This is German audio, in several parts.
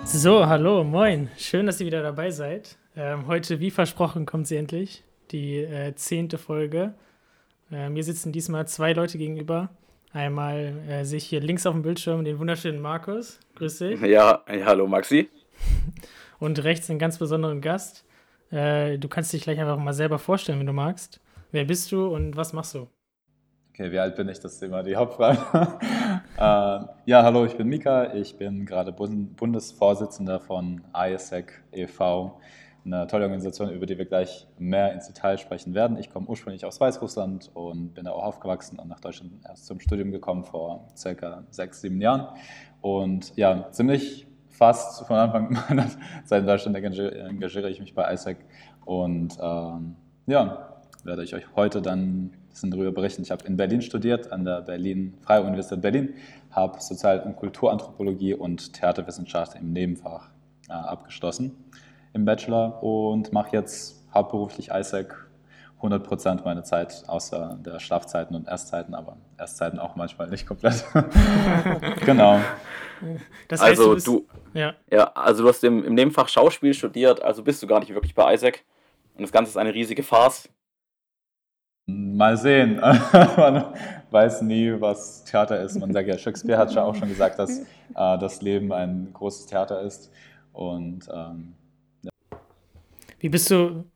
So, hallo, moin. Schön, dass ihr wieder dabei seid. Heute, wie versprochen, kommt sie endlich, die 10. Folge. Mir sitzen diesmal zwei Leute gegenüber. Einmal sehe ich hier links auf dem Bildschirm den wunderschönen Markus. Grüß dich. Ja, hallo Maxi. Und rechts einen ganz besonderen Gast. Du kannst dich gleich einfach mal selber vorstellen, wenn du magst. Wer bist du und was machst du? Okay, wie alt bin ich? Das ist immer die Hauptfrage. Ja, hallo, ich bin Mika. Ich bin gerade Bundesvorsitzender von ISEC e.V., eine tolle Organisation, über die wir gleich mehr ins Detail sprechen werden. Ich komme ursprünglich aus Weißrussland und bin da auch aufgewachsen und nach Deutschland erst zum Studium gekommen vor circa 6, 7 Jahren. Und ja, ziemlich fast von Anfang meiner Zeit in Deutschland engagiere ich mich bei ISEC und ja, werde ich euch heute dann ein bisschen darüber berichten. Ich habe in Berlin studiert, an der Freien Universität Berlin, habe Sozial- und Kulturanthropologie und Theaterwissenschaft im Nebenfach abgeschlossen im Bachelor und mache jetzt hauptberuflich ISEC 100% meiner Zeit, außer der Schlafzeiten und Esszeiten, aber Esszeiten auch manchmal nicht komplett. Genau. Das heißt, du Also bist. du, Ja. also du hast im Nebenfach Schauspiel studiert, also bist du gar nicht wirklich bei Isaac. Und das Ganze ist eine riesige Farce. Mal sehen. Man weiß nie, was Theater ist. Man sagt ja, Shakespeare hat ja auch schon gesagt, dass das Leben ein großes Theater ist. Und Wie bist du,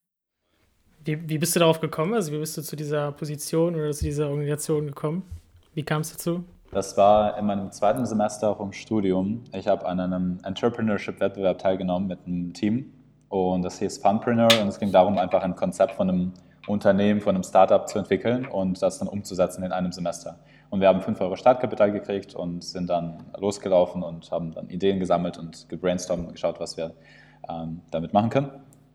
wie bist du darauf gekommen? Also wie bist du zu dieser Position oder zu dieser Organisation gekommen? Wie kam es dazu? das war in meinem zweiten Semester vom Studium. Ich habe an einem Entrepreneurship-Wettbewerb teilgenommen mit einem Team. Und das hieß Funpreneur. Und es ging darum, einfach ein Konzept von einem Unternehmen, von einem Startup zu entwickeln und das dann umzusetzen in einem Semester. Und wir haben 5 Euro Startkapital gekriegt und sind dann losgelaufen und haben dann Ideen gesammelt und gebrainstormt und geschaut, was wir damit machen können.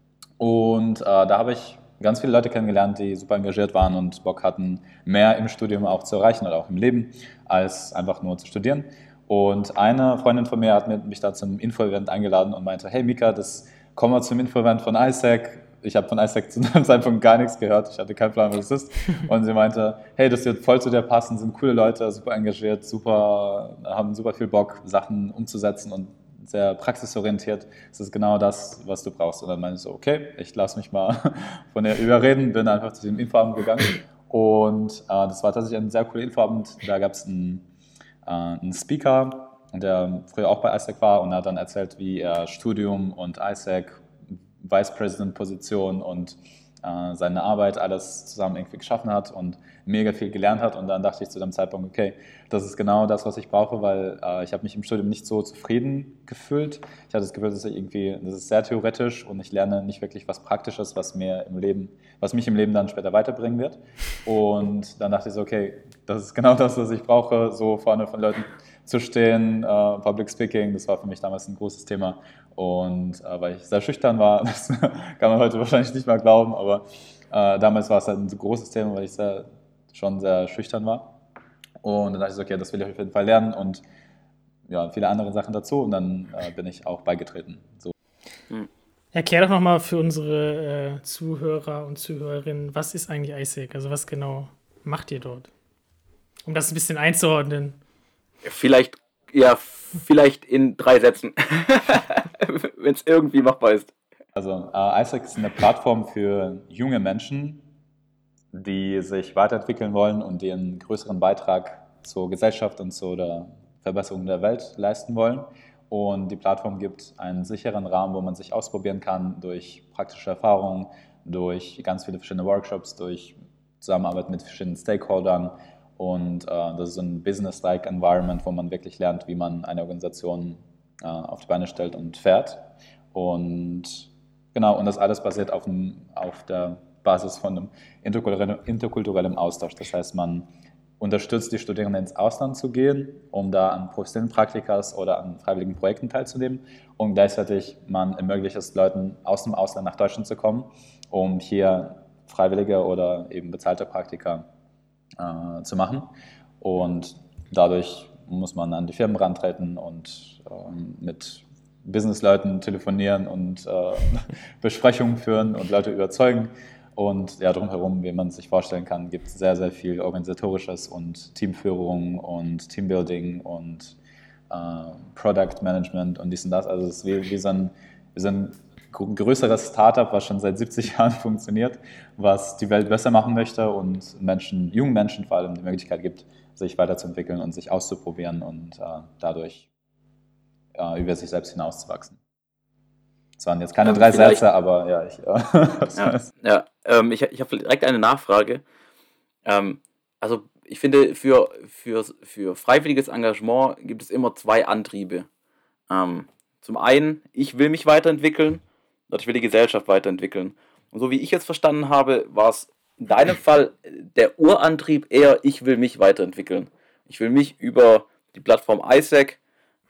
Und da habe ich ganz viele Leute kennengelernt, die super engagiert waren und Bock hatten, mehr im Studium auch zu erreichen oder auch im Leben, als einfach nur zu studieren. Und eine Freundin von mir hat mich da zum Info-Event eingeladen und meinte, hey Mika, komm mal zum Info-Event von ISEC. Ich habe von ISEC zu dem Zeitpunkt gar nichts gehört. Ich hatte keinen Plan, was es ist. Und sie meinte, hey, das wird voll zu dir passen, sind coole Leute, super engagiert, haben super viel Bock, Sachen umzusetzen und sehr praxisorientiert. Das ist genau das, was du brauchst. Und dann meinte ich so, okay, ich lasse mich mal von ihr überreden, bin einfach zu dem Infoabend gegangen. Und das war tatsächlich ein sehr cooler Infoabend. Da gab es einen Speaker, der früher auch bei ISEC war und hat dann erzählt, wie er Studium und ISEC, Vice President Position und seine Arbeit alles zusammen irgendwie geschaffen hat und mega viel gelernt hat. Und dann dachte ich zu dem Zeitpunkt, okay, das ist genau das, was ich brauche, weil ich habe mich im Studium nicht so zufrieden gefühlt. Ich hatte das Gefühl, das ist sehr theoretisch und ich lerne nicht wirklich was Praktisches, was mich im Leben dann später weiterbringen wird. Und dann dachte ich so, okay, das ist genau das, was ich brauche, so vorne von Leuten zu stehen, Public Speaking, das war für mich damals ein großes Thema. Und weil ich sehr schüchtern war, das kann man heute wahrscheinlich nicht mehr glauben, aber damals war es halt ein großes Thema, weil ich schon sehr schüchtern war. Und dann dachte ich so, okay, das will ich auf jeden Fall lernen und ja, viele andere Sachen dazu. Und dann bin ich auch beigetreten. So. Erklär doch nochmal für unsere Zuhörer und Zuhörerinnen, was ist eigentlich ISEC? Also was genau macht ihr dort? Um das ein bisschen einzuordnen. Vielleicht in 3 Sätzen, wenn es irgendwie machbar ist. Also ISEC ist eine Plattform für junge Menschen, die sich weiterentwickeln wollen und die einen größeren Beitrag zur Gesellschaft und zu der Verbesserung der Welt leisten wollen. Und die Plattform gibt einen sicheren Rahmen, wo man sich ausprobieren kann durch praktische Erfahrungen, durch ganz viele verschiedene Workshops, durch Zusammenarbeit mit verschiedenen Stakeholdern. Und das ist ein business-like Environment, wo man wirklich lernt, wie man eine Organisation auf die Beine stellt und fährt. Und genau, und das alles basiert auf der Basis von einem interkulturellen Austausch. Das heißt, man unterstützt die Studierenden ins Ausland zu gehen, um da an professionellen Praktikas oder an freiwilligen Projekten teilzunehmen. Und gleichzeitig man ermöglicht es Leuten aus dem Ausland nach Deutschland zu kommen, um hier freiwillige oder eben bezahlte Praktika zu machen. Und dadurch muss man an die Firmen rantreten und mit Businessleuten telefonieren und Besprechungen führen und Leute überzeugen. Und ja, drumherum, wie man sich vorstellen kann, gibt es sehr, sehr viel Organisatorisches und Teamführung und Teambuilding und Product Management und dies und das. Also es ist wie so ein größeres Startup, was schon seit 70 Jahren funktioniert, was die Welt besser machen möchte und jungen Menschen vor allem die Möglichkeit gibt, sich weiterzuentwickeln und sich auszuprobieren und dadurch über sich selbst hinauszuwachsen. Das waren jetzt keine 3 Sätze, aber ja, ich habe direkt eine Nachfrage. Also ich finde, für freiwilliges Engagement gibt es immer 2 Antriebe. Zum einen, ich will mich weiterentwickeln und ich will die Gesellschaft weiterentwickeln. Und so wie ich jetzt verstanden habe, war es in deinem Fall der Urantrieb eher, ich will mich weiterentwickeln. Ich will mich über die Plattform Isaac,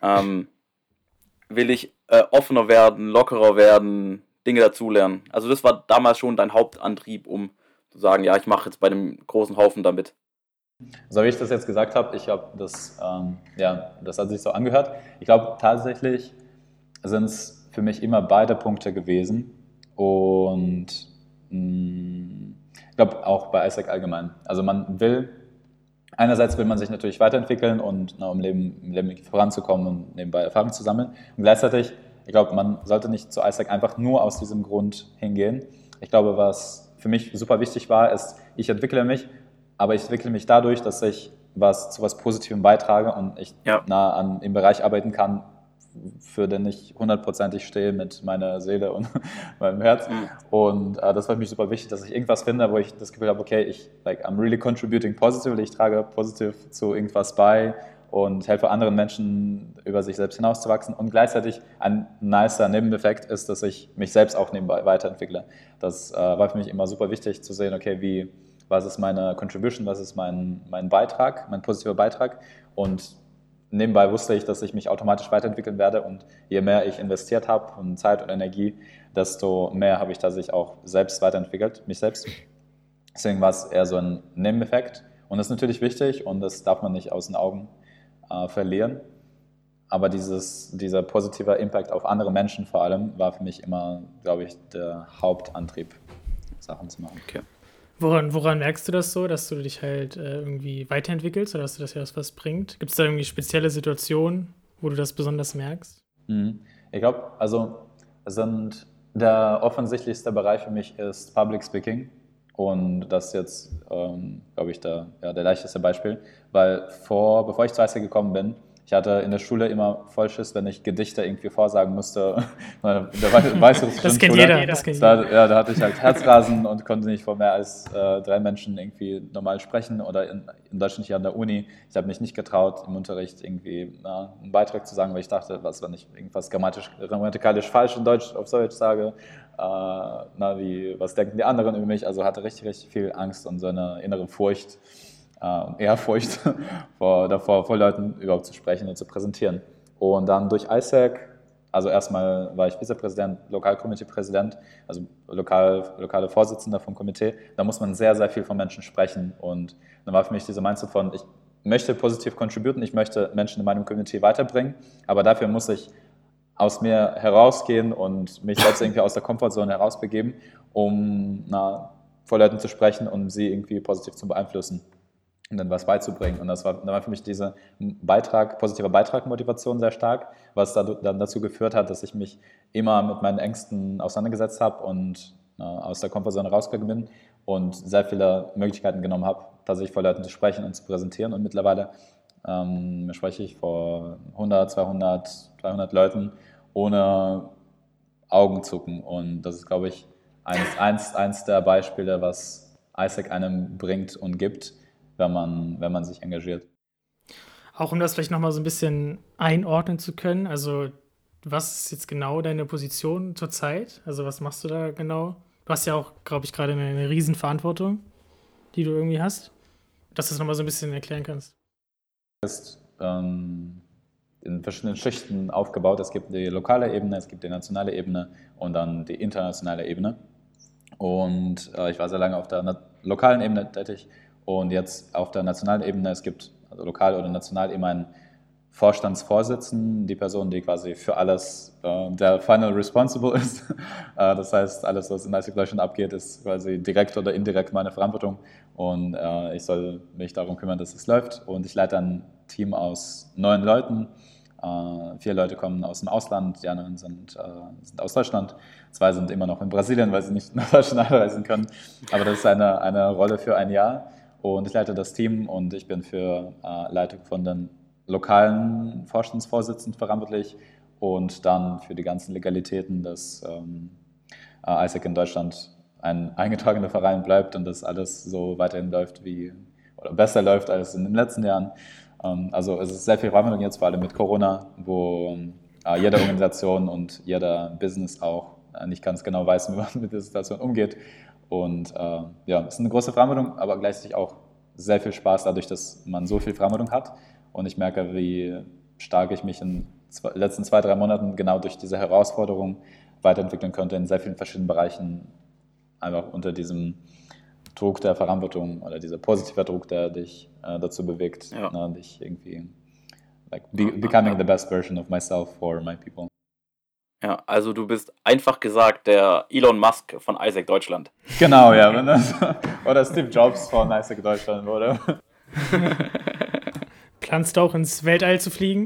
will ich offener werden, lockerer werden, Dinge dazulernen. Also das war damals schon dein Hauptantrieb, um zu sagen, ja, ich mache jetzt bei dem großen Haufen damit. So wie ich das jetzt gesagt habe, ich habe das hat sich so angehört. Ich glaube tatsächlich sind es für mich immer beide Punkte gewesen und ich glaube auch bei Isaac allgemein. Also einerseits will man sich natürlich weiterentwickeln und um im Leben voranzukommen und nebenbei Erfahrung zu sammeln. Und gleichzeitig, ich glaube, man sollte nicht zu Isaac einfach nur aus diesem Grund hingehen. Ich glaube, was für mich super wichtig war, ist, ich entwickle mich, aber ich entwickle mich dadurch, dass ich zu was Positivem beitrage und ich im Bereich arbeiten kann, für den ich 100%ig stehe mit meiner Seele und meinem Herz. Und das war für mich super wichtig, dass ich irgendwas finde, wo ich das Gefühl habe, okay, I'm really contributing positively, ich trage positiv zu irgendwas bei und helfe anderen Menschen, über sich selbst hinauszuwachsen. Und gleichzeitig ein nicer Nebeneffekt ist, dass ich mich selbst auch nebenbei weiterentwickle. Das war für mich immer super wichtig zu sehen, okay, was ist meine Contribution, was ist mein Beitrag, mein positiver Beitrag. Und nebenbei wusste ich, dass ich mich automatisch weiterentwickeln werde und je mehr ich investiert habe und Zeit und Energie, desto mehr habe ich tatsächlich auch selbst weiterentwickelt, mich selbst. Deswegen war es eher so ein Nebeneffekt und das ist natürlich wichtig und das darf man nicht aus den Augen verlieren. Aber dieser positive Impact auf andere Menschen vor allem war für mich immer, glaube ich, der Hauptantrieb, Sachen zu machen. Okay. Woran merkst du das so, dass du dich halt irgendwie weiterentwickelst oder dass du das ja was bringt? Gibt es da irgendwie spezielle Situationen, wo du das besonders merkst? Ich glaube, der offensichtlichste Bereich für mich ist Public Speaking und das ist jetzt, glaube ich, der leichteste Beispiel, weil bevor ich zu ISAC gekommen bin, ich hatte in der Schule immer voll Schiss, wenn ich Gedichte irgendwie vorsagen musste. Das kennt jeder. Da hatte ich halt Herzrasen und konnte nicht vor mehr als 3 Menschen irgendwie normal sprechen oder in Deutschland hier an der Uni. Ich habe mich nicht getraut, im Unterricht irgendwie einen Beitrag zu sagen, weil ich dachte, wenn ich irgendwas grammatikalisch falsch auf Deutsch sage, was denken die anderen über mich? Also hatte richtig, richtig viel Angst und so eine innere Furcht. Ehrfurcht davor, vor Leuten überhaupt zu sprechen und zu präsentieren. Und dann durch ISAC, also erstmal war ich Vizepräsident, Lokalkomitee-Präsident, also lokale Vorsitzender vom Komitee. Da muss man sehr, sehr viel von Menschen sprechen. Und dann war für mich diese Mindset von, ich möchte positiv contributen, ich möchte Menschen in meinem Komitee weiterbringen, aber dafür muss ich aus mir herausgehen und mich selbst irgendwie aus der Komfortzone herausbegeben, um vor Leuten zu sprechen und sie irgendwie positiv zu beeinflussen. Und dann was beizubringen. Und dann war für mich diese positive Beitrag-Motivation sehr stark, was dann dazu geführt hat, dass ich mich immer mit meinen Ängsten auseinandergesetzt habe und aus der Komfortzone rausgegangen bin und sehr viele Möglichkeiten genommen habe, tatsächlich vor Leuten zu sprechen und zu präsentieren. Und mittlerweile spreche ich vor 100, 200, 300 Leuten ohne Augenzucken. Und das ist, glaube ich, eins der Beispiele, was ISAC einem bringt und gibt, wenn man sich engagiert. Auch um das vielleicht nochmal so ein bisschen einordnen zu können, also was ist jetzt genau deine Position zurzeit? Also was machst du da genau? Du hast ja auch, glaube ich, gerade eine Riesenverantwortung, die du irgendwie hast, dass du das nochmal so ein bisschen erklären kannst. Es ist in verschiedenen Schichten aufgebaut. Es gibt die lokale Ebene, es gibt die nationale Ebene und dann die internationale Ebene. Und ich war sehr lange auf der lokalen Ebene tätig. Und jetzt auf der nationalen Ebene, es gibt also lokal oder national immer einen Vorstandsvorsitzenden, die Person, die quasi für alles der Final Responsible ist. Das heißt, alles, was in ISAC Deutschland abgeht, ist quasi direkt oder indirekt meine Verantwortung. Und ich soll mich darum kümmern, dass es läuft. Und ich leite ein Team aus 9 Leuten 4 Leute kommen aus dem Ausland, die anderen sind aus Deutschland. 2 sind immer noch in Brasilien, weil sie nicht nach Deutschland einreisen können. Aber das ist eine Rolle für ein Jahr. Und ich leite das Team und ich bin für Leitung von den lokalen Vorstandsvorsitzenden verantwortlich und dann für die ganzen Legalitäten, dass ISAC in Deutschland ein eingetragener Verein bleibt und dass alles so weiterhin läuft oder besser läuft als in den letzten Jahren. Also es ist sehr viel Verantwortung jetzt, vor allem mit Corona, wo jede Organisation und jeder Business auch nicht ganz genau weiß, wie man mit der Situation umgeht. Und ja, es ist eine große Verantwortung, aber gleichzeitig auch sehr viel Spaß dadurch, dass man so viel Verantwortung hat. Und ich merke, wie stark ich mich in den letzten 2-3 Monaten genau durch diese Herausforderung weiterentwickeln konnte in sehr vielen verschiedenen Bereichen, einfach unter diesem Druck der Verantwortung oder dieser positive Druck, der dich dazu bewegt, dich irgendwie becoming the best version of myself for my people. Ja, also du bist einfach gesagt der Elon Musk von ISAC Deutschland. Genau, ja. Oder Steve Jobs von ISAC Deutschland, oder? Planst du auch ins Weltall zu fliegen?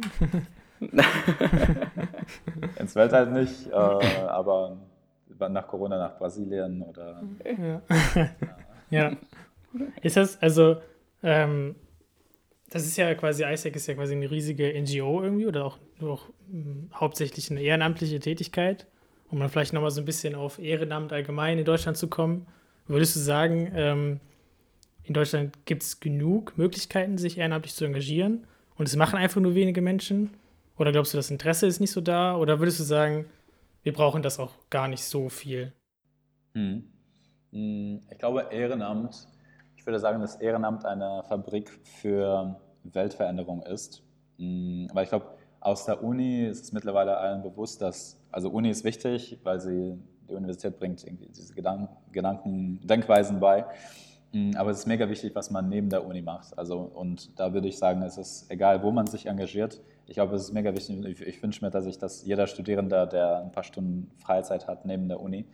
Ins Weltall nicht, aber nach Corona nach Brasilien oder... Ja. Ist das, also, das ist ja quasi, ISAC ist ja quasi eine riesige NGO irgendwie oder auch hauptsächlich eine ehrenamtliche Tätigkeit, um dann vielleicht nochmal so ein bisschen auf Ehrenamt allgemein in Deutschland zu kommen. Würdest du sagen, in Deutschland gibt es genug Möglichkeiten, sich ehrenamtlich zu engagieren und es machen einfach nur wenige Menschen? Oder glaubst du, das Interesse ist nicht so da? Oder würdest du sagen, wir brauchen das auch gar nicht so viel? Ich glaube, ich würde sagen, dass Ehrenamt eine Fabrik für Weltveränderung ist. Weil ich glaube, aus der Uni ist es mittlerweile allen bewusst, also Uni ist wichtig, weil die Universität bringt irgendwie diese Denkweisen bei. Aber es ist mega wichtig, was man neben der Uni macht. Und da würde ich sagen, es ist egal, wo man sich engagiert. Ich glaube, es ist mega wichtig. Ich wünsche mir, dass jeder Studierende, der ein paar Stunden Freizeit hat neben der Uni,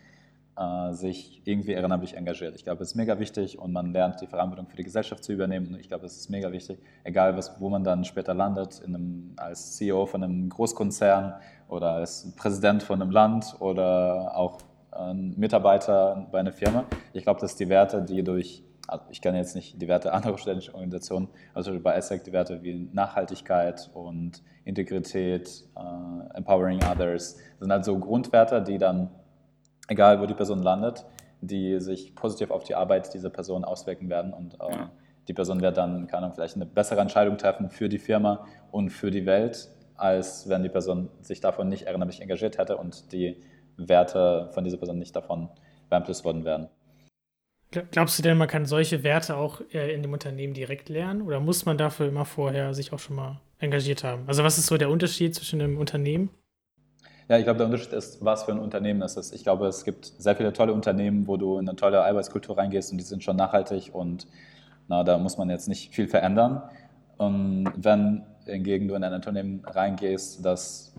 sich irgendwie ehrenamtlich engagiert. Ich glaube, es ist mega wichtig und man lernt, die Verantwortung für die Gesellschaft zu übernehmen. Und ich glaube, es ist mega wichtig, egal wo man dann später landet, als CEO von einem Großkonzern oder als Präsident von einem Land oder auch ein Mitarbeiter bei einer Firma. Ich glaube, dass die Werte, ich kenne jetzt nicht die Werte anderer studentischer Organisationen, also bei ISAC die Werte wie Nachhaltigkeit und Integrität, Empowering Others, das sind halt so Grundwerte, die dann, egal wo die Person landet, die sich positiv auf die Arbeit dieser Person auswirken werden und die Person wird dann, keine Ahnung, vielleicht eine bessere Entscheidung treffen für die Firma und für die Welt, als wenn die Person sich davon nicht ehrenamtlich engagiert hätte und die Werte von dieser Person nicht davon beeinflusst worden wären. Glaubst du denn, man kann solche Werte auch in dem Unternehmen direkt lernen oder muss man dafür immer vorher sich auch schon mal engagiert haben? Also was ist so der Unterschied zwischen einem Unternehmen? Ja, ich glaube, der Unterschied ist, was für ein Unternehmen es ist. Ich glaube, es gibt sehr viele tolle Unternehmen, wo du in eine tolle Arbeitskultur reingehst und die sind schon nachhaltig und da muss man jetzt nicht viel verändern. Wenn hingegen du in ein Unternehmen reingehst, das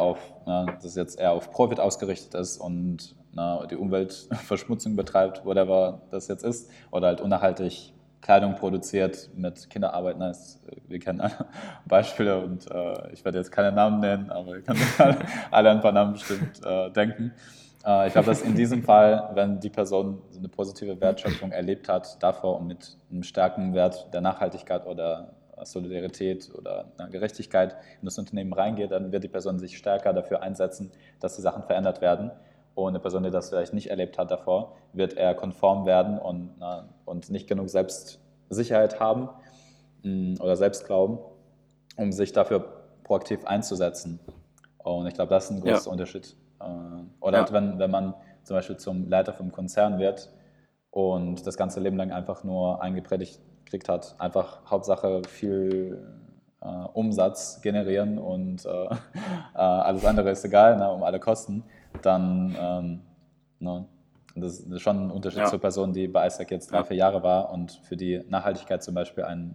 jetzt eher auf Profit ausgerichtet ist und die Umweltverschmutzung betreibt, whatever das jetzt ist, oder halt unnachhaltig Kleidung produziert mit Kinderarbeit. Wir kennen alle Beispiele und ich werde jetzt keine Namen nennen, aber ihr könnt alle ein paar Namen bestimmt denken. Ich glaube, dass in diesem Fall, wenn die Person so eine positive Wertschöpfung erlebt hat, davor und mit einem starken Wert der Nachhaltigkeit oder Solidarität oder Gerechtigkeit in das Unternehmen reingeht, dann wird die Person sich stärker dafür einsetzen, dass die Sachen verändert werden. Und eine Person, die das vielleicht nicht erlebt hat davor, wird eher konform werden und nicht genug Selbstsicherheit haben oder Selbstglauben, um sich dafür proaktiv einzusetzen. Und ich glaube, das ist ein großer Unterschied. Oder halt, wenn man zum Beispiel zum Leiter vom Konzern wird und das ganze Leben lang einfach nur eingepredigt gekriegt hat, einfach Hauptsache viel Umsatz generieren und alles andere ist egal, um alle Kosten, dann das ist schon ein Unterschied zur Person, die bei ISAC jetzt 3-4 Jahre war und für die Nachhaltigkeit zum Beispiel ein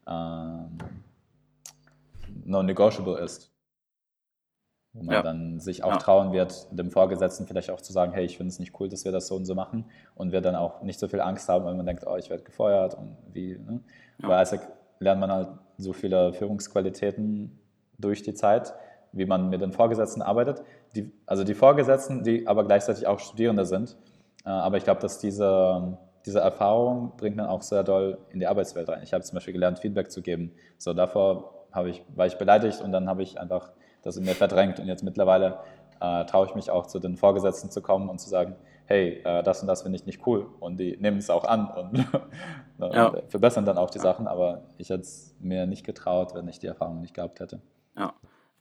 non-negotiable ist. Wo man dann sich auch trauen wird, dem Vorgesetzten vielleicht auch zu sagen, hey, ich finde es nicht cool, dass wir das so und so machen und wir dann auch nicht so viel Angst haben, weil man denkt, ich werde gefeuert und wie. Bei ISAC lernt man halt so viele Führungsqualitäten, durch die Zeit, wie man mit den Vorgesetzten arbeitet. Also die Vorgesetzten, die aber gleichzeitig auch Studierende sind. Aber ich glaube, dass diese Erfahrung bringt man auch sehr doll in die Arbeitswelt rein. Ich habe zum Beispiel gelernt, Feedback zu geben. So, davor war ich beleidigt und dann habe ich einfach das in mir verdrängt. Und jetzt mittlerweile traue ich mich auch zu den Vorgesetzten zu kommen und zu sagen, hey, das und das finde ich nicht cool. Und die nehmen es auch an und verbessern dann auch die Sachen. Aber ich hätte es mir nicht getraut, wenn ich die Erfahrung nicht gehabt hätte. Ja.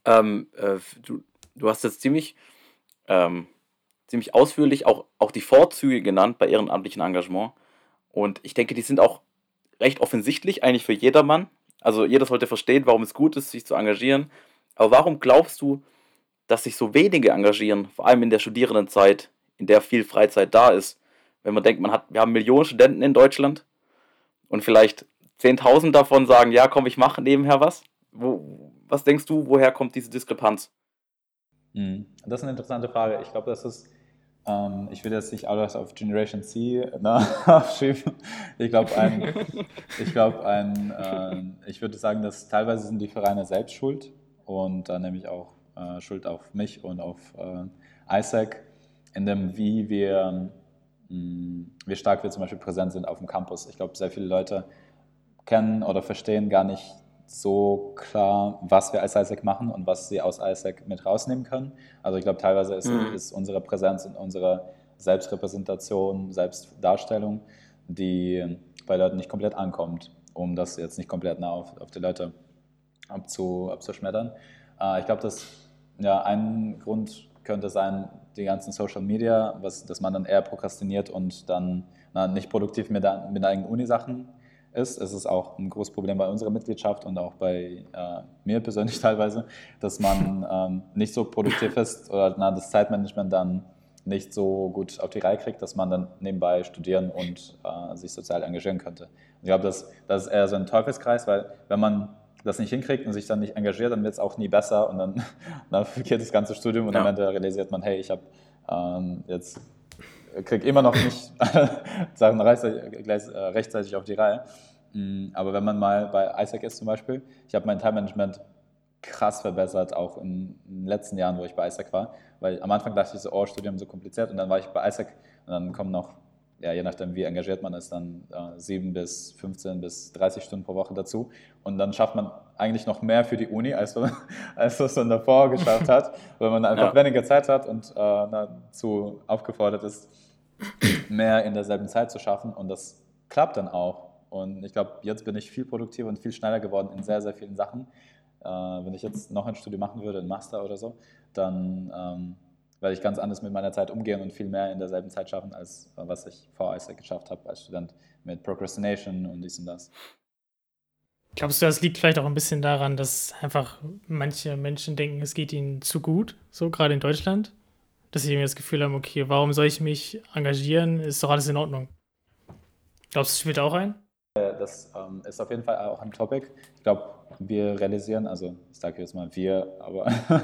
Du hast jetzt ziemlich ausführlich auch die Vorzüge genannt bei ehrenamtlichem Engagement. Und ich denke, die sind auch recht offensichtlich, eigentlich für jedermann. Also jeder sollte verstehen, warum es gut ist, sich zu engagieren. Aber warum glaubst du, dass sich so wenige engagieren, vor allem in der Studierendenzeit, in der viel Freizeit da ist? Wenn man denkt, wir haben Millionen Studenten in Deutschland und vielleicht 10.000 davon sagen, ja komm, ich mache nebenher was. Was denkst du, woher kommt diese Diskrepanz? Das ist eine interessante Frage. Ich glaube, das ist, ich will jetzt nicht alles auf Generation C aufschieben. Ich würde sagen, dass teilweise sind die Vereine selbst schuld und da nehme ich auch Schuld auf mich und auf Isaac, in dem wie stark wir zum Beispiel präsent sind auf dem Campus. Ich glaube, sehr viele Leute kennen oder verstehen gar nicht so klar, was wir als ISAC machen und was sie aus ISAC mit rausnehmen können. Also ich glaube, teilweise ist unsere Präsenz und unsere Selbstrepräsentation, Selbstdarstellung, die bei Leuten nicht komplett ankommt, um das jetzt nicht komplett nah auf die Leute abzuschmettern. Ich glaube, dass ein Grund könnte sein, die ganzen Social Media, dass man dann eher prokrastiniert und dann nicht produktiv mit den eigenen Uni-Sachen ist. Es ist auch ein großes Problem bei unserer Mitgliedschaft und auch bei mir persönlich teilweise, dass man nicht so produktiv ist oder das Zeitmanagement dann nicht so gut auf die Reihe kriegt, dass man dann nebenbei studieren und sich sozial engagieren könnte. Ich glaube, das ist eher so ein Teufelskreis, weil wenn man das nicht hinkriegt und sich dann nicht engagiert, dann wird es auch nie besser und dann verkehrt das ganze Studium und am Ende realisiert man, hey, ich habe jetzt kriege immer noch nicht Sachen rechtzeitig auf die Reihe. Aber wenn man mal bei ISAC ist zum Beispiel, ich habe mein Time-Management krass verbessert, auch in den letzten Jahren, wo ich bei ISAC war, weil am Anfang dachte ich so, Studium so kompliziert und dann war ich bei ISAC und dann kommen noch, je nachdem wie engagiert man ist, dann 7 bis 15 bis 30 Stunden pro Woche dazu und dann schafft man eigentlich noch mehr für die Uni, als was man davor geschafft hat, weil man einfach weniger Zeit hat und dazu aufgefordert ist, mehr in derselben Zeit zu schaffen und das klappt dann auch. Und ich glaube, jetzt bin ich viel produktiver und viel schneller geworden in sehr, sehr vielen Sachen. Wenn ich jetzt noch ein Studium machen würde, ein Master oder so, dann werde ich ganz anders mit meiner Zeit umgehen und viel mehr in derselben Zeit schaffen, als was ich vor ISAC geschafft habe als Student mit Procrastination und dies und das. Glaubst du, das liegt vielleicht auch ein bisschen daran, dass einfach manche Menschen denken, es geht ihnen zu gut, so gerade in Deutschland? Dass sie irgendwie das Gefühl haben, okay, warum soll ich mich engagieren? Ist doch alles in Ordnung. Glaubst du, das spielt auch ein? Das ist auf jeden Fall auch ein Topic. Ich glaube, wir realisieren, also ich sage jetzt mal wir, aber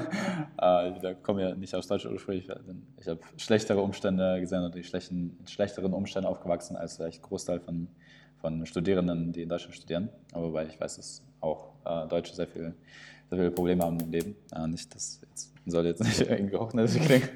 da kommen ja nicht aus Deutschland ursprünglich. Ich habe schlechtere Umstände gesehen und in schlechteren Umständen aufgewachsen als vielleicht Großteil von Studierenden, die in Deutschland studieren. Aber weil ich weiß, dass auch Deutsche sehr viele Probleme haben im Leben. Soll jetzt nicht irgendwie hochnäsig klingen.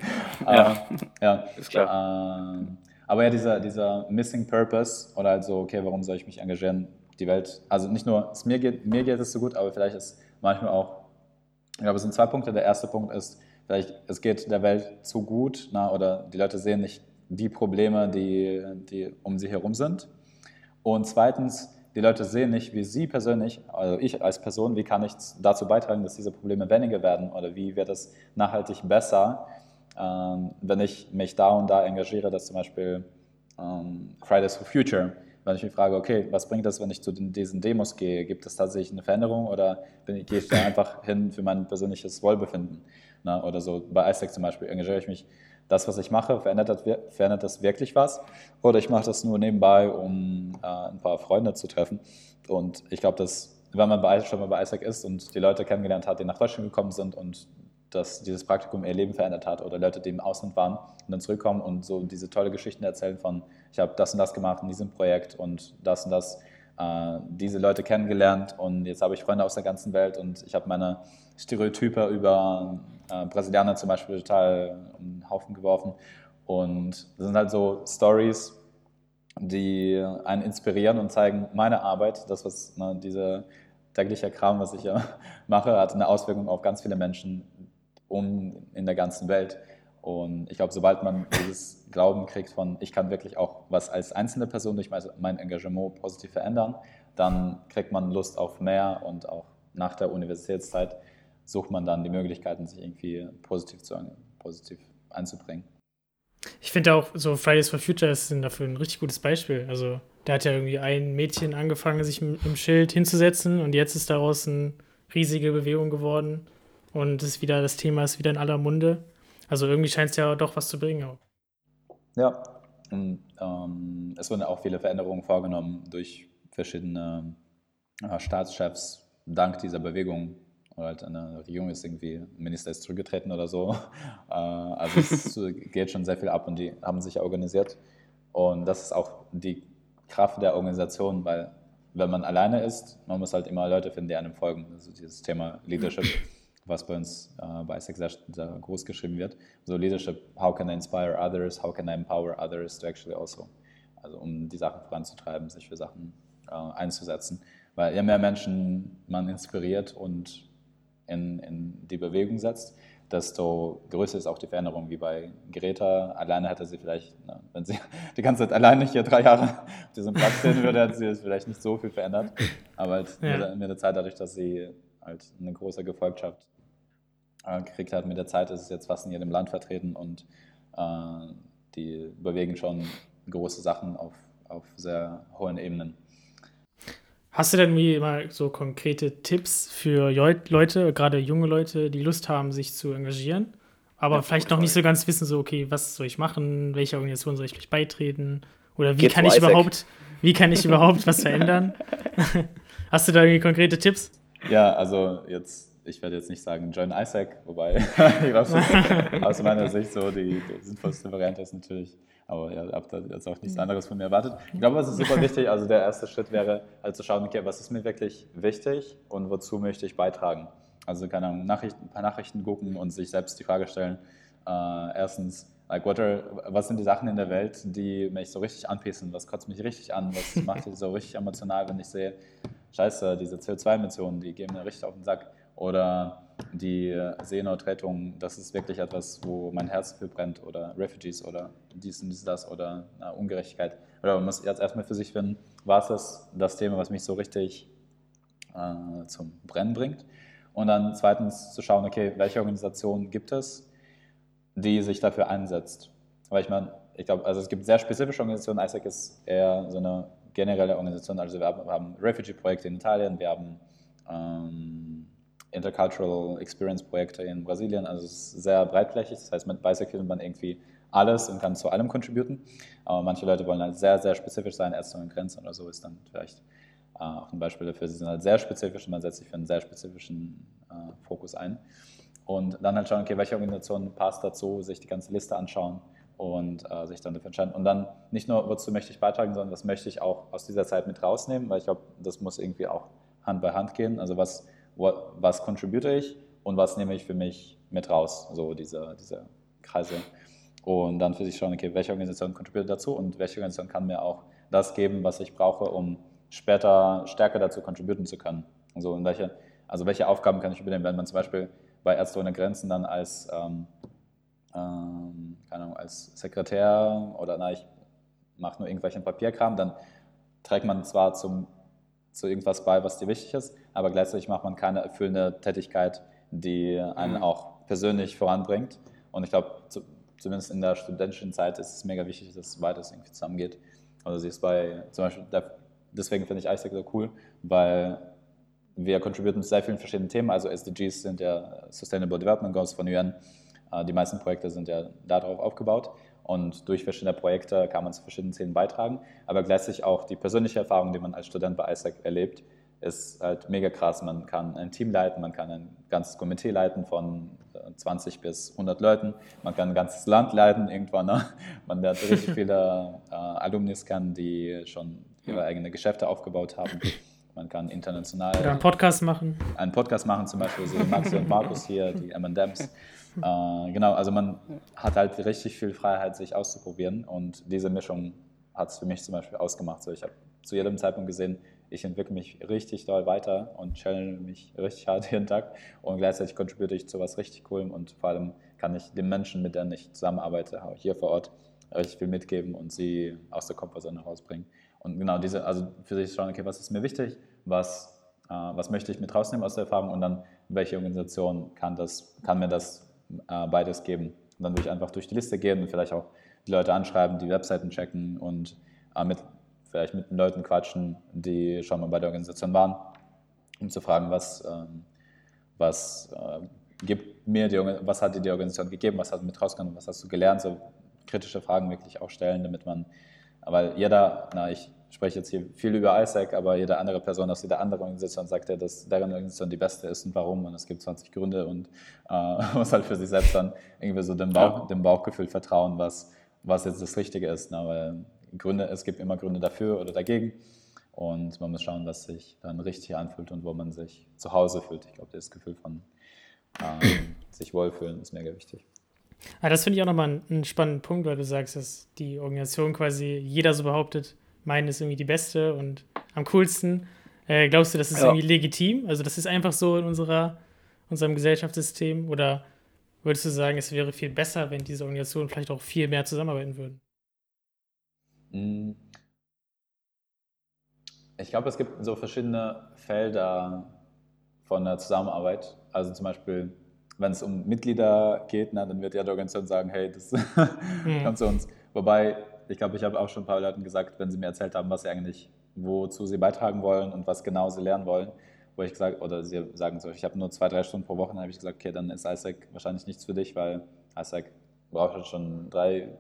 Ist klar. Aber ja, dieser Missing Purpose oder halt so, okay, warum soll ich mich engagieren? Die Welt, also nicht nur, mir geht es so gut, aber vielleicht ist manchmal auch, ich glaube, es sind 2 Punkte. Der erste Punkt ist, vielleicht es geht der Welt zu gut, oder die Leute sehen nicht die Probleme, die um sie herum sind. Und zweitens, die Leute sehen nicht, wie sie persönlich, also ich als Person, wie kann ich dazu beitragen, dass diese Probleme weniger werden oder wie wird es nachhaltig besser, wenn ich mich da und da engagiere, dass zum Beispiel Fridays for Future, wenn ich mich frage, okay, was bringt das, wenn ich zu diesen Demos gehe? Gibt es tatsächlich eine Veränderung oder gehe ich da einfach hin für mein persönliches Wohlbefinden? Oder so bei ISAC zum Beispiel engagiere ich mich, das, was ich mache, verändert das wirklich was? Oder ich mache das nur nebenbei, um ein paar Freunde zu treffen. Und ich glaube, dass wenn man schon mal bei ISAC ist und die Leute kennengelernt hat, die nach Deutschland gekommen sind und dass dieses Praktikum ihr Leben verändert hat oder Leute, die im Ausland waren und dann zurückkommen und so diese tolle Geschichten erzählen von, ich habe das und das gemacht in diesem Projekt und das diese Leute kennengelernt und jetzt habe ich Freunde aus der ganzen Welt und ich habe meine Stereotype über Brasilianer zum Beispiel total um den Haufen geworfen. Und das sind halt so Stories, die einen inspirieren und zeigen, meine Arbeit, das, was dieser tägliche Kram, was ich ja mache, hat eine Auswirkung auf ganz viele Menschen in der ganzen Welt. Und ich glaube, sobald man dieses Glauben kriegt von, ich kann wirklich auch was als einzelne Person durch mein Engagement positiv verändern, dann kriegt man Lust auf mehr und auch nach der Universitätszeit sucht man dann die Möglichkeiten, sich irgendwie positiv einzubringen. Ich finde auch, so Fridays for Future ist dafür ein richtig gutes Beispiel. Also da hat ja irgendwie ein Mädchen angefangen, sich im Schild hinzusetzen und jetzt ist daraus eine riesige Bewegung geworden und das Thema ist wieder in aller Munde. Also irgendwie scheint es ja doch was zu bringen auch. Ja, und es wurden auch viele Veränderungen vorgenommen durch verschiedene Staatschefs dank dieser Bewegung. Oder halt eine Regierung ist irgendwie, ein Minister ist zurückgetreten oder so. Also es geht schon sehr viel ab und die haben sich organisiert. Und das ist auch die Kraft der Organisation, weil wenn man alleine ist, man muss halt immer Leute finden, die einem folgen. Also dieses Thema Leadership, was bei uns bei ISEC sehr groß geschrieben wird. So Leadership, how can I inspire others, how can I empower others to actually also, also um die Sachen voranzutreiben, sich für Sachen einzusetzen. Weil je mehr Menschen man inspiriert und in die Bewegung setzt, desto größer ist auch die Veränderung, wie bei Greta. Alleine hätte sie vielleicht, wenn sie die ganze Zeit alleine hier 3 Jahre auf diesem Platz stehen würde, hätte sie vielleicht nicht so viel verändert. Aber halt mit der Zeit, dadurch, dass sie halt eine große Gefolgschaft gekriegt hat, mit der Zeit ist es jetzt fast in jedem Land vertreten und die bewegen schon große Sachen auf sehr hohen Ebenen. Hast du denn irgendwie mal so konkrete Tipps für Leute, gerade junge Leute, die Lust haben, sich zu engagieren, aber vielleicht noch nicht so ganz wissen, so okay, was soll ich machen, welche Organisation soll ich vielleicht beitreten oder wie kann ich überhaupt was verändern? Hast du da irgendwie konkrete Tipps? Ja, also ich werde jetzt nicht sagen, join ISEC, wobei aus meiner Sicht so die sinnvollste Variante ist natürlich, aber ja, habt ihr jetzt auch nichts anderes von mir erwartet. Ich glaube, es ist super wichtig, also der erste Schritt wäre halt zu schauen, okay, was ist mir wirklich wichtig und wozu möchte ich beitragen? Also keine Ahnung, ein paar Nachrichten gucken und sich selbst die Frage stellen, erstens, was sind die Sachen in der Welt, die mich so richtig anpissen, was kotzt mich richtig an, was macht mich so richtig emotional, wenn ich sehe, scheiße, diese CO2-Emissionen, die gehen mir richtig auf den Sack. Oder die Seenotrettung, das ist wirklich etwas, wo mein Herz für brennt. Oder Refugees oder dies und das oder Ungerechtigkeit. Oder man muss jetzt erstmal für sich finden, was ist das Thema, was mich so richtig zum Brennen bringt. Und dann zweitens zu schauen, okay, welche Organisation gibt es, die sich dafür einsetzt. Weil ich glaube, also es gibt sehr spezifische Organisationen. ISEC ist eher so eine generelle Organisation. Also wir haben Refugee-Projekte in Italien, wir haben Intercultural Experience-Projekte in Brasilien. Also es ist sehr breitflächig. Das heißt, mit ISEC findet man irgendwie alles und kann zu allem contributen. Aber manche Leute wollen halt sehr, sehr spezifisch sein. Ärzte ohne Grenzen oder so ist dann vielleicht auch ein Beispiel dafür. Sie sind halt sehr spezifisch und man setzt sich für einen sehr spezifischen Fokus ein. Und dann halt schauen, okay, welche Organisation passt dazu, sich die ganze Liste anschauen und sich dann dafür entscheiden. Und dann nicht nur, wozu möchte ich beitragen, sondern was möchte ich auch aus dieser Zeit mit rausnehmen, weil ich glaube, das muss irgendwie auch Hand bei Hand gehen. Also was contribute ich und was nehme ich für mich mit raus, so diese Kreise. Und dann für sich schauen, okay, welche Organisation contribute dazu und welche Organisation kann mir auch das geben, was ich brauche, um später stärker dazu contributen zu können. Also welche Aufgaben kann ich übernehmen, wenn man zum Beispiel bei Ärzte ohne Grenzen dann als Sekretär oder ich mache nur irgendwelchen Papierkram, dann trägt man zwar zu irgendwas bei, was dir wichtig ist, aber gleichzeitig macht man keine erfüllende Tätigkeit, die einen auch persönlich voranbringt. Und ich glaube, zumindest in der studentischen Zeit ist es mega wichtig, dass beides irgendwie zusammengeht. Also sie ist deswegen finde ich ISEC so cool, weil wir contributen zu sehr vielen verschiedenen Themen. Also SDGs sind ja Sustainable Development Goals von UN. Die meisten Projekte sind ja darauf aufgebaut. Und durch verschiedene Projekte kann man zu verschiedenen Themen beitragen. Aber gleichzeitig auch die persönliche Erfahrung, die man als Student bei ISEC erlebt, ist halt mega krass. Man kann ein Team leiten, man kann ein ganzes Komitee leiten von 20 bis 100 Leuten. Man kann ein ganzes Land leiten irgendwann. Ne? Man lernt richtig viele Alumnis kennen, die schon ihre eigenen Geschäfte aufgebaut haben. Man kann international Oder einen Podcast machen, zum Beispiel so Maxi und Markus hier, die M&M's. Genau, also man hat halt richtig viel Freiheit, sich auszuprobieren und diese Mischung hat es für mich zum Beispiel ausgemacht. So, ich habe zu jedem Zeitpunkt gesehen, ich entwickle mich richtig doll weiter und challenge mich richtig hart jeden Tag und gleichzeitig contribute ich zu was richtig Coolem und vor allem kann ich den Menschen, mit denen ich zusammenarbeite, auch hier vor Ort, richtig viel mitgeben und sie aus der Komfortzone rausbringen. Und genau also für sich schauen, okay, was ist mir wichtig, was möchte ich mit rausnehmen aus der Erfahrung und dann, welche Organisation kann mir das beides geben. Und dann würde ich einfach durch die Liste gehen und vielleicht auch die Leute anschreiben, die Webseiten checken und vielleicht mit den Leuten quatschen, die schon mal bei der Organisation waren, um zu fragen, was gibt was hat dir die Organisation gegeben, was hat du mit rausgenommen, was hast du gelernt, so kritische Fragen wirklich auch stellen, damit man, weil ich spreche jetzt hier viel über ISAC, aber jede andere Person aus jeder anderen Organisation sagt ja, dass deren Organisation die beste ist und warum und es gibt 20 Gründe und muss halt für sich selbst dann irgendwie so dem Bauchgefühl vertrauen, was jetzt das Richtige ist, weil es gibt immer Gründe dafür oder dagegen und man muss schauen, was sich dann richtig anfühlt und wo man sich zu Hause fühlt. Ich glaube, das Gefühl von sich wohlfühlen ist mega wichtig. Das finde ich auch nochmal einen spannenden Punkt, weil du sagst, dass die Organisation quasi jeder so behauptet, meine ist irgendwie die beste und am coolsten. Glaubst du, das ist irgendwie legitim? Also das ist einfach so in unserem Gesellschaftssystem? Oder würdest du sagen, es wäre viel besser, wenn diese Organisationen vielleicht auch viel mehr zusammenarbeiten würden? Ich glaube, es gibt so verschiedene Felder von der Zusammenarbeit. Also zum Beispiel, wenn es um Mitglieder geht, dann wird ja die Organisation sagen, hey, das kommt zu uns. Wobei, ich glaube, ich habe auch schon ein paar Leuten gesagt, wenn sie mir erzählt haben, wozu sie beitragen wollen und was genau sie lernen wollen, wo ich gesagt, oder sie sagen so, ich habe nur 2-3 Stunden pro Woche, dann habe ich gesagt, okay, dann ist ISAC wahrscheinlich nichts für dich, weil ISAC braucht schon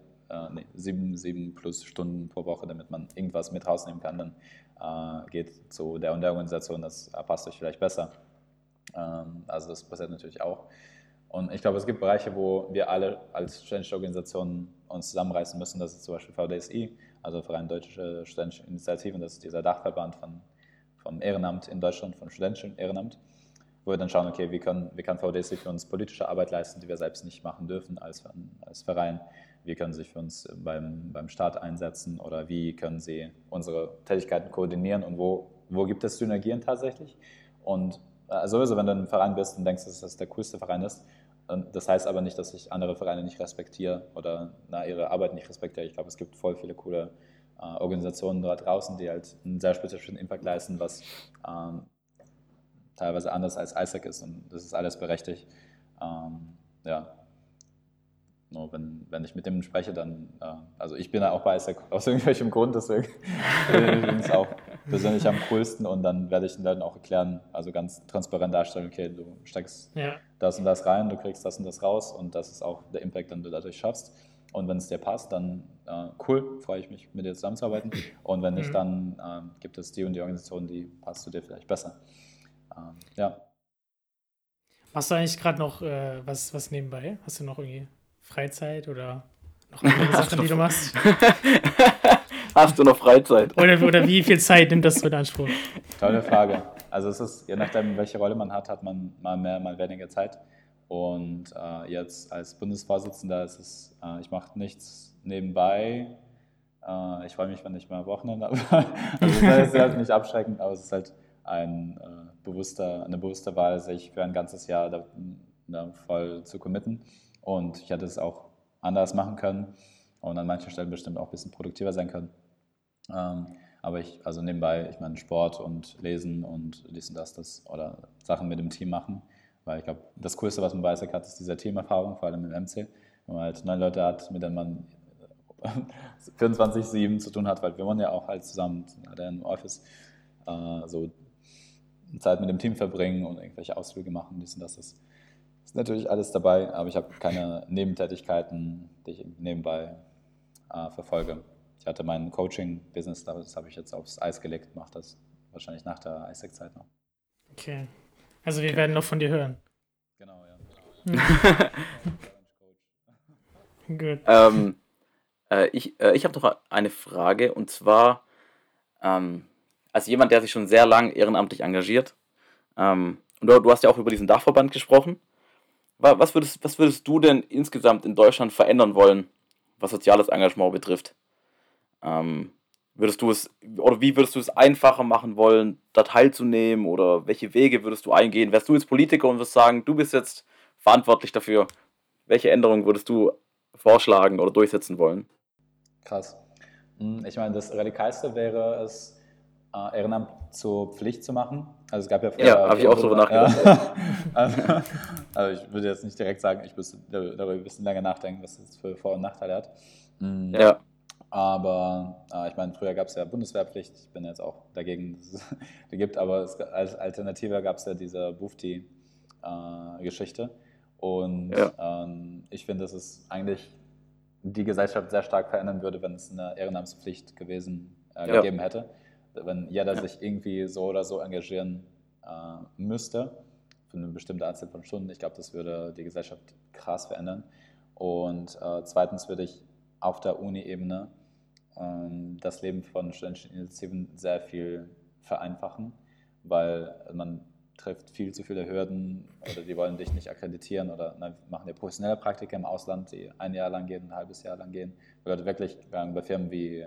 7 plus Stunden pro Woche, damit man irgendwas mit rausnehmen kann. Dann geht zu der und der Organisation, das passt euch vielleicht besser. Also das passiert natürlich auch. Und ich glaube, es gibt Bereiche, wo wir alle als studentische Organisationen uns zusammenreißen müssen. Das ist zum Beispiel VDSI, also Verein Deutsche Studentische Initiativen. Das ist dieser Dachverband vom Ehrenamt in Deutschland, vom studentischen Ehrenamt, wo wir dann schauen, okay, wie kann VDSI für uns politische Arbeit leisten, die wir selbst nicht machen dürfen als Verein. Wie können sie sich für uns beim Staat einsetzen oder wie können sie unsere Tätigkeiten koordinieren und wo gibt es Synergien tatsächlich. Und sowieso, wenn du in einem Verein bist und denkst, dass das der coolste Verein ist, das heißt aber nicht, dass ich andere Vereine nicht respektiere oder ihre Arbeit nicht respektiere. Ich glaube, es gibt voll viele coole Organisationen da draußen, die halt einen sehr spezifischen Impact leisten, was teilweise anders als ISAC ist und das ist alles berechtigt. Nur wenn ich mit dem spreche, dann, also ich bin ja auch bei ISAC aus irgendwelchem Grund, deswegen bin ich auch persönlich am coolsten und dann werde ich den Leuten auch erklären, also ganz transparent darstellen, okay, du steckst das und das rein, du kriegst das und das raus und das ist auch der Impact, den du dadurch schaffst. Und wenn es dir passt, dann cool, freue ich mich, mit dir zusammenzuarbeiten. Und wenn nicht, dann gibt es die und die Organisation, die passt zu dir vielleicht besser. Machst du eigentlich gerade noch was nebenbei? Hast du noch irgendwie Freizeit oder noch andere Sachen, die du machst? Hast du noch Freizeit? Oder wie viel Zeit nimmt das so in Anspruch? Tolle Frage. Also es ist, je nachdem, welche Rolle man hat man mal mehr, mal weniger Zeit. Und jetzt als Bundesvorsitzender ist es, ich mache nichts nebenbei. Ich freue mich, wenn ich mal Wochenende habe. Also das ist halt nicht abschreckend, aber es ist halt eine bewusste Wahl, sich für ein ganzes Jahr da voll zu committen. Und ich hätte es auch anders machen können und an manchen Stellen bestimmt auch ein bisschen produktiver sein können. Aber also nebenbei, ich meine Sport und Lesen und dies und das oder Sachen mit dem Team machen. Weil ich glaube, das Coolste, was man bei ISAC hat, ist diese Teamerfahrung, vor allem im MC. Wenn man halt 9 Leute hat, mit denen man 24/7 zu tun hat, weil wir wohnen ja auch halt zusammen im Office, so Zeit mit dem Team verbringen und irgendwelche Ausflüge machen, dies und das ist natürlich alles dabei, aber ich habe keine Nebentätigkeiten, die ich nebenbei verfolge. Ich hatte mein Coaching-Business, das habe ich jetzt aufs Eis gelegt, mache das wahrscheinlich nach der ISAC-Zeit noch. Okay. Also wir werden noch von dir hören. Genau, ja. Gut. Ich habe noch eine Frage und zwar, als jemand, der sich schon sehr lang ehrenamtlich engagiert, und du hast ja auch über diesen Dachverband gesprochen. Was würdest du denn insgesamt in Deutschland verändern wollen, was soziales Engagement betrifft? Wie würdest du es einfacher machen wollen, da teilzunehmen, oder welche Wege würdest du eingehen? Wärst du jetzt Politiker und würdest sagen, du bist jetzt verantwortlich dafür, welche Änderungen würdest du vorschlagen oder durchsetzen wollen? Krass. Ich meine, das Radikalste wäre es, Ehrenamt zur Pflicht zu machen. Also es gab ja Ja, habe ich auch drüber nachgedacht. Ja. Also ich würde jetzt nicht direkt sagen, ich müsste darüber ein bisschen länger nachdenken, was das für Vor- und Nachteile hat. Ja, Aber ich meine, früher gab es ja Bundeswehrpflicht, ich bin jetzt auch dagegen, dass es die gibt, aber als Alternative gab es ja diese Bufti-Geschichte. Und ja, ich finde, dass es eigentlich die Gesellschaft sehr stark verändern würde, wenn es eine Ehrenamtspflicht gegeben hätte. Wenn jeder ja, sich irgendwie so oder so engagieren müsste, für eine bestimmte Anzahl von Stunden. Ich glaube, das würde die Gesellschaft krass verändern. Und zweitens würde ich auf der Uni-Ebene das Leben von studentischen Initiativen sehr viel vereinfachen, weil man trifft viel zu viele Hürden, oder die wollen dich nicht akkreditieren oder machen ja professionelle Praktika im Ausland, die ein Jahr lang gehen, ein halbes Jahr lang gehen. Weil Leute wirklich bei Firmen wie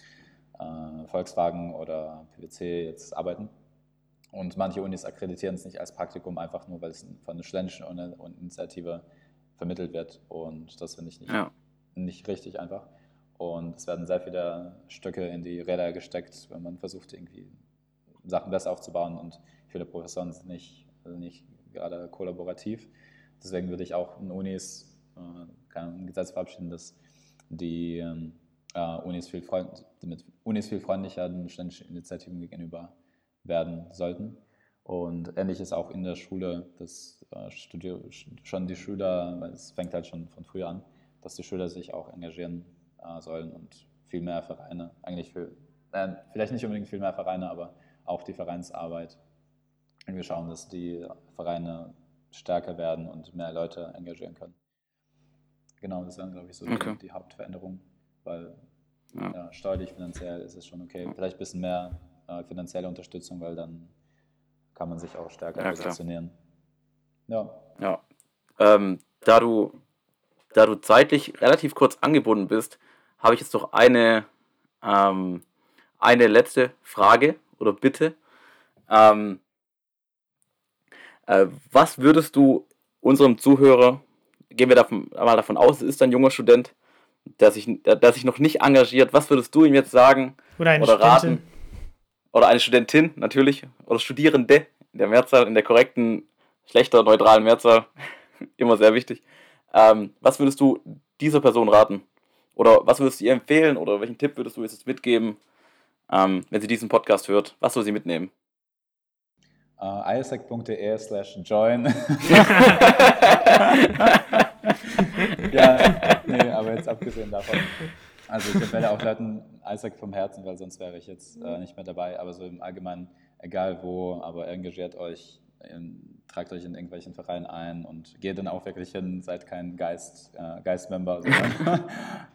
Volkswagen oder PwC jetzt arbeiten. Und manche Unis akkreditieren es nicht als Praktikum, einfach nur, weil es von einer studentischen Initiative vermittelt wird. Und das finde ich ja, nicht richtig einfach. Und es werden sehr viele Stöcke in die Räder gesteckt, wenn man versucht, irgendwie Sachen besser aufzubauen. Und viele Professoren sind nicht gerade kollaborativ. Deswegen würde ich auch in Unis ein Gesetz verabschieden, dass die Unis viel freundlicher den studentischen Initiativen gegenüber werden sollten. Und ähnlich ist auch in der Schule, dass schon die Schüler, weil es fängt halt schon von früh an, dass die Schüler sich auch engagieren sollen und viel mehr Vereine, vielleicht nicht unbedingt viel mehr Vereine, aber auch die Vereinsarbeit. Und wir schauen, dass die Vereine stärker werden und mehr Leute engagieren können. Genau, das wären, glaube ich, so okay. die Hauptveränderungen, weil Ja, steuerlich, finanziell ist es schon okay. Vielleicht ein bisschen mehr finanzielle Unterstützung, weil dann kann man sich auch stärker ja, klar. positionieren. Ja. Ja. Da du zeitlich relativ kurz angebunden bist, habe ich jetzt noch eine letzte Frage oder Bitte. Ähm, Was würdest du unserem Zuhörer, gehen wir mal davon aus, es ist ein junger Student, der sich noch nicht engagiert, was würdest du ihm jetzt sagen Oder eine oder Studentin. raten? Oder eine Studentin natürlich, oder Studierende in der Mehrzahl, in der korrekten, schlechter, neutralen Mehrzahl, immer sehr wichtig. Was würdest du dieser Person raten? Oder was würdest du ihr empfehlen? Oder welchen Tipp würdest du jetzt mitgeben, wenn sie diesen Podcast hört? Was soll sie mitnehmen? isaac.de/join. Ja, nee, aber jetzt abgesehen davon. Also ich empfehle auch Leuten Isaac vom Herzen, weil sonst wäre ich jetzt nicht mehr dabei. Aber so im Allgemeinen, egal wo, aber engagiert euch, tragt euch in irgendwelchen Vereinen ein und geht dann auch wirklich hin, seid kein Geist-Member, sondern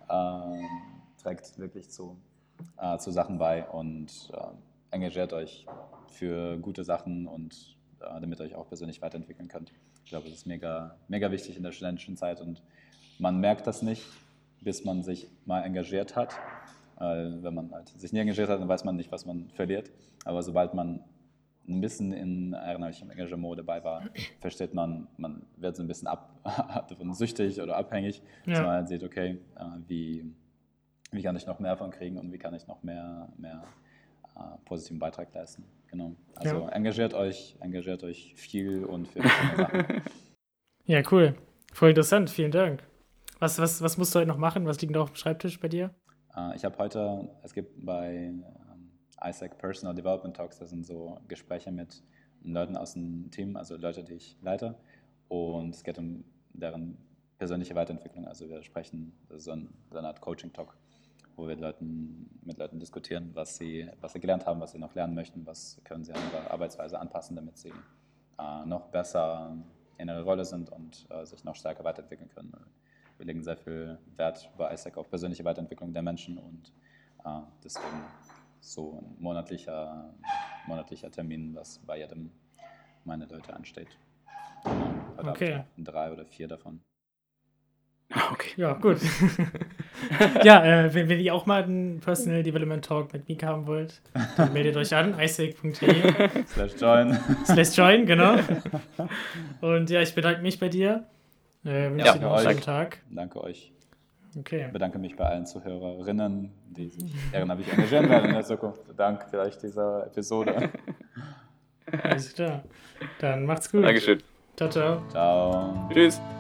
trägt wirklich zu Sachen bei und engagiert euch für gute Sachen und damit ihr euch auch persönlich weiterentwickeln könnt. Ich glaube, das ist mega, mega wichtig in der studentischen Zeit und man merkt das nicht, bis man sich mal engagiert hat. Wenn man halt sich nie engagiert hat, dann weiß man nicht, was man verliert. Aber sobald man ein bisschen in ehrenamtlichem Engagement dabei war, versteht man wird so ein bisschen davon süchtig oder abhängig, dass man halt sieht, okay, wie kann ich noch mehr davon kriegen und wie kann ich noch mehr positiven Beitrag leisten. Genau. Also engagiert euch viel und für schöne Sachen. Ja, cool. Voll interessant, vielen Dank. Was musst du heute noch machen? Was liegt noch auf dem Schreibtisch bei dir? Ich habe es gibt bei Isaac Personal Development Talks, das sind so Gespräche mit Leuten aus dem Team, also Leute, die ich leite. Und es geht um deren persönliche Weiterentwicklung. Also wir sprechen, das ist so eine Art Coaching-Talk, wo wir mit Leuten diskutieren, was sie gelernt haben, was sie noch lernen möchten, was können sie an ihrer Arbeitsweise anpassen, damit sie noch besser in ihrer Rolle sind und sich noch stärker weiterentwickeln können. Wir legen sehr viel Wert bei Isaac auf persönliche Weiterentwicklung der Menschen und deswegen so ein monatlicher Termin, was bei jedem meiner Leute ansteht. Genau. Heute Okay. habe ich 3 oder 4 davon. Okay. Ja, gut. Ja, wenn ihr auch mal einen Personal Development Talk mit Mika haben wollt, dann meldet euch an, isaac.de/join, genau. Und ja, ich bedanke mich bei dir. Wünsche dir noch einen schönen Tag. Danke euch. Okay. Ich bedanke mich bei allen Zuhörerinnen, die sich ehrenamtlich engagieren werden in der Zukunft. Dank vielleicht dieser Episode. Alles klar. Dann macht's gut. Dankeschön. Ciao, ciao. Ciao. Tschüss.